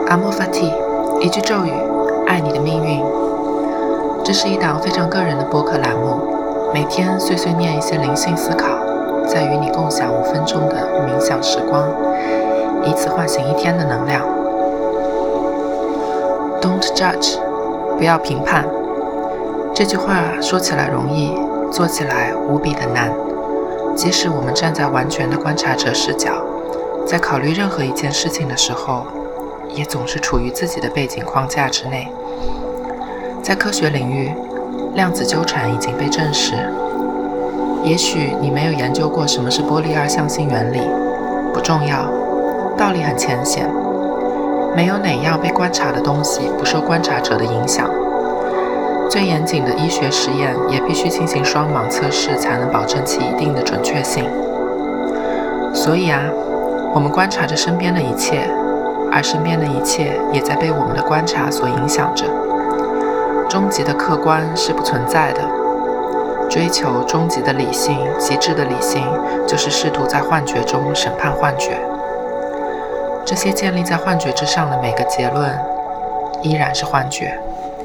阿莫法蒂，一句咒语，爱你的命运。这是一档非常个人的播客栏目，每天碎碎念一些灵性思考，再与你共享5分钟的冥想时光，以此唤醒一天的能量。Don't judge， 不要评判。这句话说起来容易，做起来无比的难。即使我们站在完全的观察者视角，在考虑任何一件事情的时候，也总是处于自己的背景框架之内。在科学领域，量子纠缠已经被证实。也许你没有研究过什么是波粒二象性原理，不重要，道理很浅显。没有哪样被观察的东西不受观察者的影响。最严谨的医学实验也必须进行双盲测试，才能保证其一定的准确性。所以我们观察着身边的一切，而身边的一切也在被我们的观察所影响着。终极的客观是不存在的。追求终极的理性、极致的理性，就是试图在幻觉中审判幻觉。这些建立在幻觉之上的每个结论，依然是幻觉。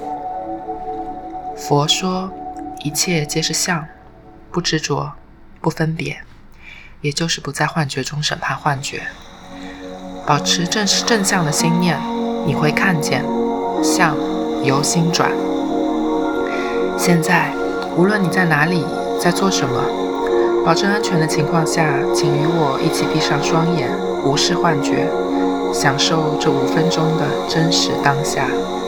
佛说，一切皆是相，不执着，不分别，也就是不在幻觉中审判幻觉。保持正向的心念，你会看见相由心转。现在，无论你在哪里，在做什么，保证安全的情况下，请与我一起闭上双眼，无视幻觉，享受这5分钟的真实当下。